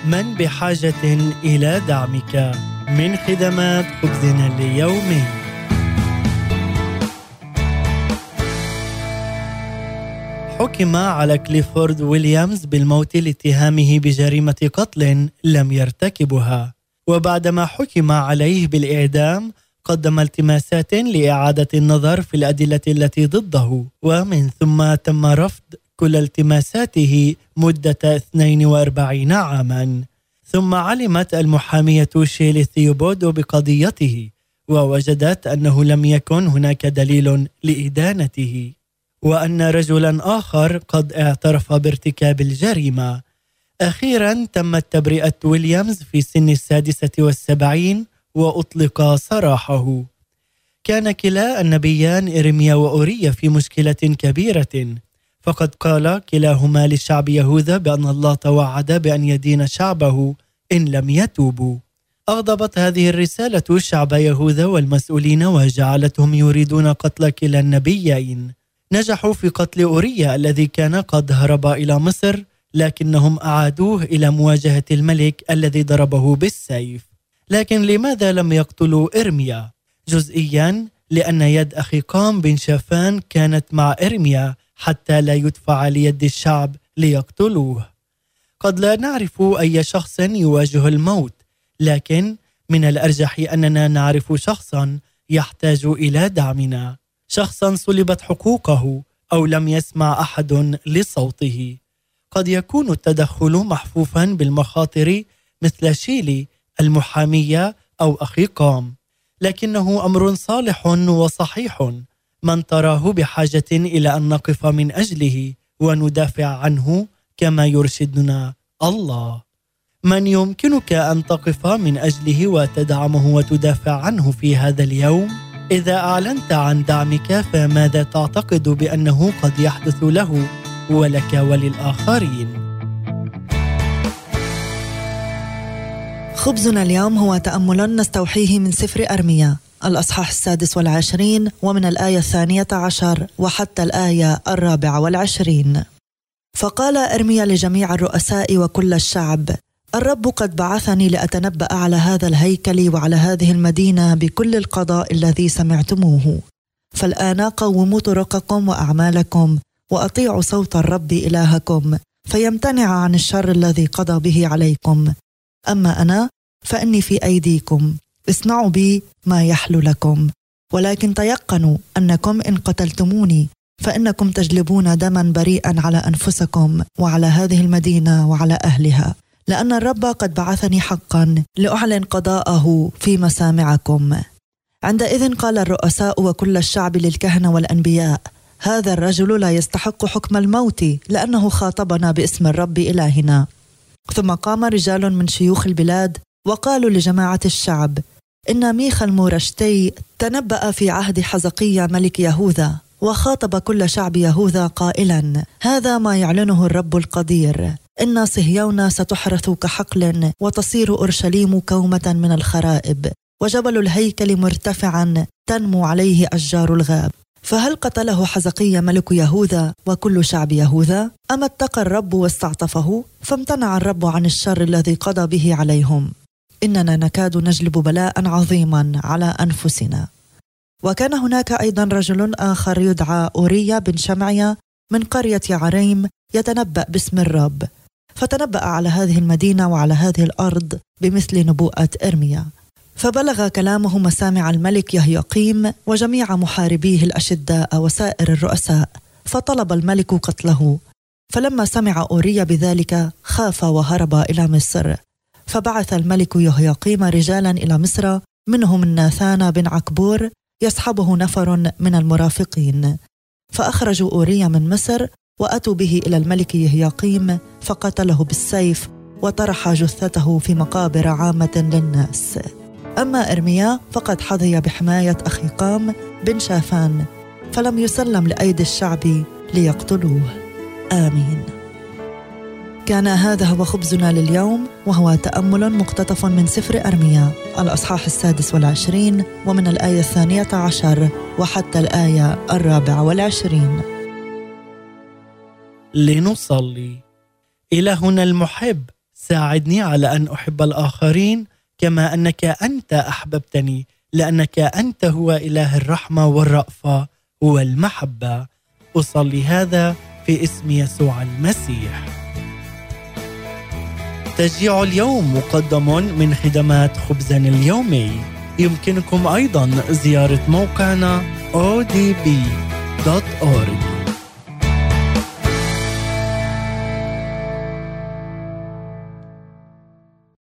من بحاجة إلى دعمك من خدمات خبزنا اليومي. حكم على كليفورد ويليامز بالموت لاتهامه بجريمة قتل لم يرتكبها، وبعدما حكم عليه بالإعدام قدم التماسات لإعادة النظر في الأدلة التي ضده، ومن ثم تم رفض كل التماساته مدة 42 عاما. ثم علمت المحامية شيلي ثيوبودو بقضيته، ووجدت أنه لم يكن هناك دليل لإدانته، وأن رجلا آخر قد اعترف بارتكاب الجريمة. أخيرا تمت تبرئة ويليامز في سن 76 وأطلق سراحه. كان كلا النبيان إرميا وأوريا في مشكلة كبيرة، فقد قال كلاهما للشعب يهوذا بأن الله توعد بأن يدين شعبه إن لم يتوبوا. أغضبت هذه الرسالة شعب يهوذا والمسؤولين وجعلتهم يريدون قتل كلا النبيين. نجحوا في قتل أوريا الذي كان قد هرب إلى مصر، لكنهم أعادوه إلى مواجهة الملك الذي ضربه بالسيف. لكن لماذا لم يقتلوا إرميا؟ جزئيا لأن يد أخيقام بن شافان كانت مع إرميا حتى لا يدفع ليد الشعب ليقتلوه. قد لا نعرف أي شخص يواجه الموت، لكن من الأرجح أننا نعرف شخصا يحتاج إلى دعمنا، شخصا صلبت حقوقه أو لم يسمع أحد لصوته. قد يكون التدخل محفوفا بالمخاطر مثل شيلي المحامية أو أخيقام، لكنه أمر صالح وصحيح من تراه بحاجة إلى أن نقف من أجله وندافع عنه كما يرشدنا الله. من يمكنك أن تقف من أجله وتدعمه وتدافع عنه في هذا اليوم؟ إذا أعلنت عن دعمك فماذا تعتقد بأنه قد يحدث له ولك وللآخرين؟ خبزنا اليوم هو تأمل نستوحيه من سفر أرميا الأصحاح 26 ومن الآية 12 وحتى الآية 24. فقال أرميا لجميع الرؤساء وكل الشعب: الرب قد بعثني لأتنبأ على هذا الهيكل وعلى هذه المدينة بكل القضاء الذي سمعتموه. فالآن قوموا طرقكم وأعمالكم وأطيعوا صوت الرب إلهكم فيمتنع عن الشر الذي قضى به عليكم. أما أنا فإني في أيديكم، اصنعوا بي ما يحلو لكم، ولكن تيقنوا أنكم إن قتلتموني فإنكم تجلبون دما بريئا على أنفسكم وعلى هذه المدينة وعلى أهلها، لأن الرب قد بعثني حقا لأعلن قضاءه في مسامعكم. عندئذ قال الرؤساء وكل الشعب للكهنة والأنبياء: هذا الرجل لا يستحق حكم الموت، لأنه خاطبنا باسم الرب إلهنا. ثم قام رجال من شيوخ البلاد وقالوا لجماعة الشعب: إن ميخا المورشتي تنبأ في عهد حزقيا ملك يهوذا، وخاطب كل شعب يهوذا قائلا: هذا ما يعلنه الرب القدير، إن صهيون ستحرث كحقل وتصير أورشليم كومة من الخرائب، وجبل الهيكل مرتفعا تنمو عليه أشجار الغاب. فهل قتله حزقيا ملك يهوذا وكل شعب يهوذا؟ أم اتقى الرب واستعطفه فامتنع الرب عن الشر الذي قضى به عليهم؟ إننا نكاد نجلب بلاء عظيما على أنفسنا. وكان هناك أيضا رجل آخر يدعى أوريا بن شمعيا من قرية يعريم يتنبأ باسم الرب، فتنبأ على هذه المدينة وعلى هذه الأرض بمثل نبوءة إرميا. فبلغ كلامه مسامع الملك يهيقيم وجميع محاربيه الأشداء وسائر الرؤساء، فطلب الملك قتله. فلما سمع أوريا بذلك خاف وهرب إلى مصر. فبعث الملك يهيقيم رجالا إلى مصر، منهم الناثان بن عكبور يصحبه نفر من المرافقين، فأخرجوا أوريا من مصر وأتوا به إلى الملك يهيقيم فقتله بالسيف وطرح جثته في مقابر عامة للناس. أما إرميا فقد حظي بحماية أخيقام بن شافان، فلم يسلم لأيدي الشعب ليقتلوه. آمين. كان هذا هو خبزنا لليوم، وهو تأمل مقتطف من سفر أرميا الأصحاح 26 ومن الآية 12 وحتى الآية 24. لنصلي. إلهنا المحب، ساعدني على أن أحب الآخرين كما أنك أنت أحببتني، لأنك أنت هو إله الرحمة والرأفة والمحبة. أصلي هذا في اسم يسوع المسيح. تشجيع اليوم مقدم من خدمات خبزنا اليومي. يمكنكم أيضا زيارة موقعنا odb.org.